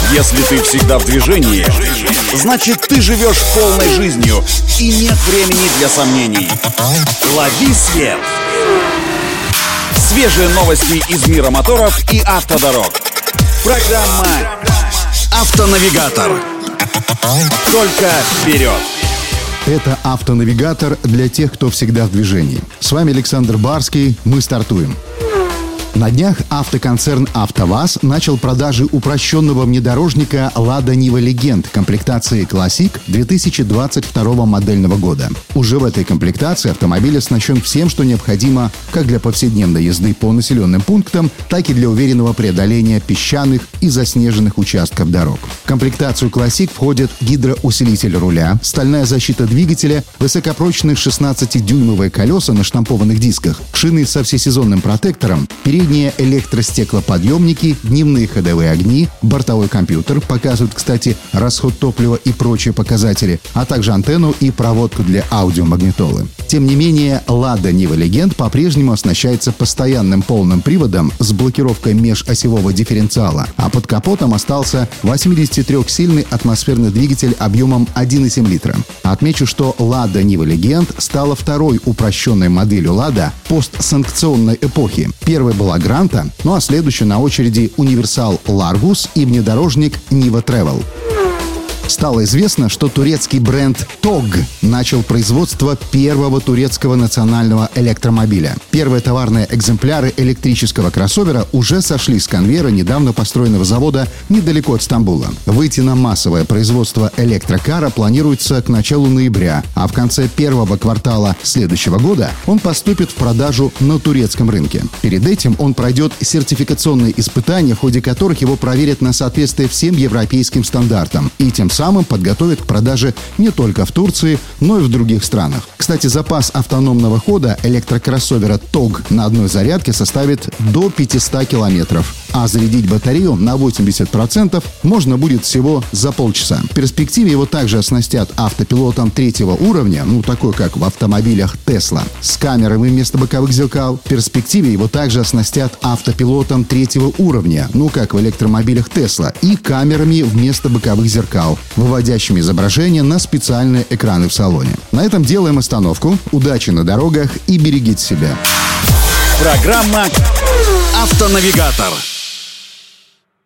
Если ты всегда в движении, значит ты живешь полной жизнью и нет времени для сомнений. Лови свет! Свежие новости из мира моторов и автодорог. Программа «Автонавигатор». Только вперед! Это «Автонавигатор» для тех, кто всегда в движении. С вами Александр Барский. Мы стартуем. На днях автоконцерн «АвтоВАЗ» начал продажи упрощенного внедорожника «Лада Нива Легенд» комплектации «Классик» 2022 модельного года. Уже в этой комплектации автомобиль оснащен всем, что необходимо как для повседневной езды по населенным пунктам, так и для уверенного преодоления песчаных и заснеженных участков дорог. В комплектацию «Классик» входят гидроусилитель руля, стальная защита двигателя, высокопрочные 16-дюймовые колеса на штампованных дисках, шины со всесезонным протектором, передние электростеклоподъемники, дневные ходовые огни, бортовой компьютер, показывают, кстати, расход топлива и прочие показатели, а также антенну и проводку для аудиомагнитолы. Тем не менее, «Лада Нива Легенд» по-прежнему оснащается постоянным полным приводом с блокировкой межосевого дифференциала, а под капотом остался 83-сильный атмосферный двигатель объемом 1,7 литра. Отмечу, что «Лада Нива Легенд» стала второй упрощенной моделью «Лада» постсанкционной эпохи. Первой была «Гранта», ну а следующая на очереди универсал «Ларгус» и внедорожник «Нива Тревел». Стало известно, что турецкий бренд TOG начал производство первого турецкого национального электромобиля. Первые товарные экземпляры электрического кроссовера уже сошли с конвейера недавно построенного завода недалеко от Стамбула. Выйти на массовое производство электрокара планируется к началу ноября, а в конце первого квартала следующего года он поступит в продажу на турецком рынке. Перед этим он пройдет сертификационные испытания, в ходе которых его проверят на соответствие всем европейским стандартам и тем самым подготовят к продаже не только в Турции, но и в других странах. Кстати, запас автономного хода электрокроссовера TOG на одной зарядке составит до 500 километров, а зарядить батарею на 80% можно будет всего за полчаса. В перспективе его также оснастят автопилотом третьего уровня, такой как в автомобилях Tesla, с камерами вместо боковых зеркал. В перспективе его также оснастят автопилотом третьего уровня, как в электромобилях Tesla, и камерами вместо боковых зеркал, выводящими изображение на специальные экраны в салоне. На этом делаем остановку. Удачи на дорогах и берегите себя. Программа «Автонавигатор».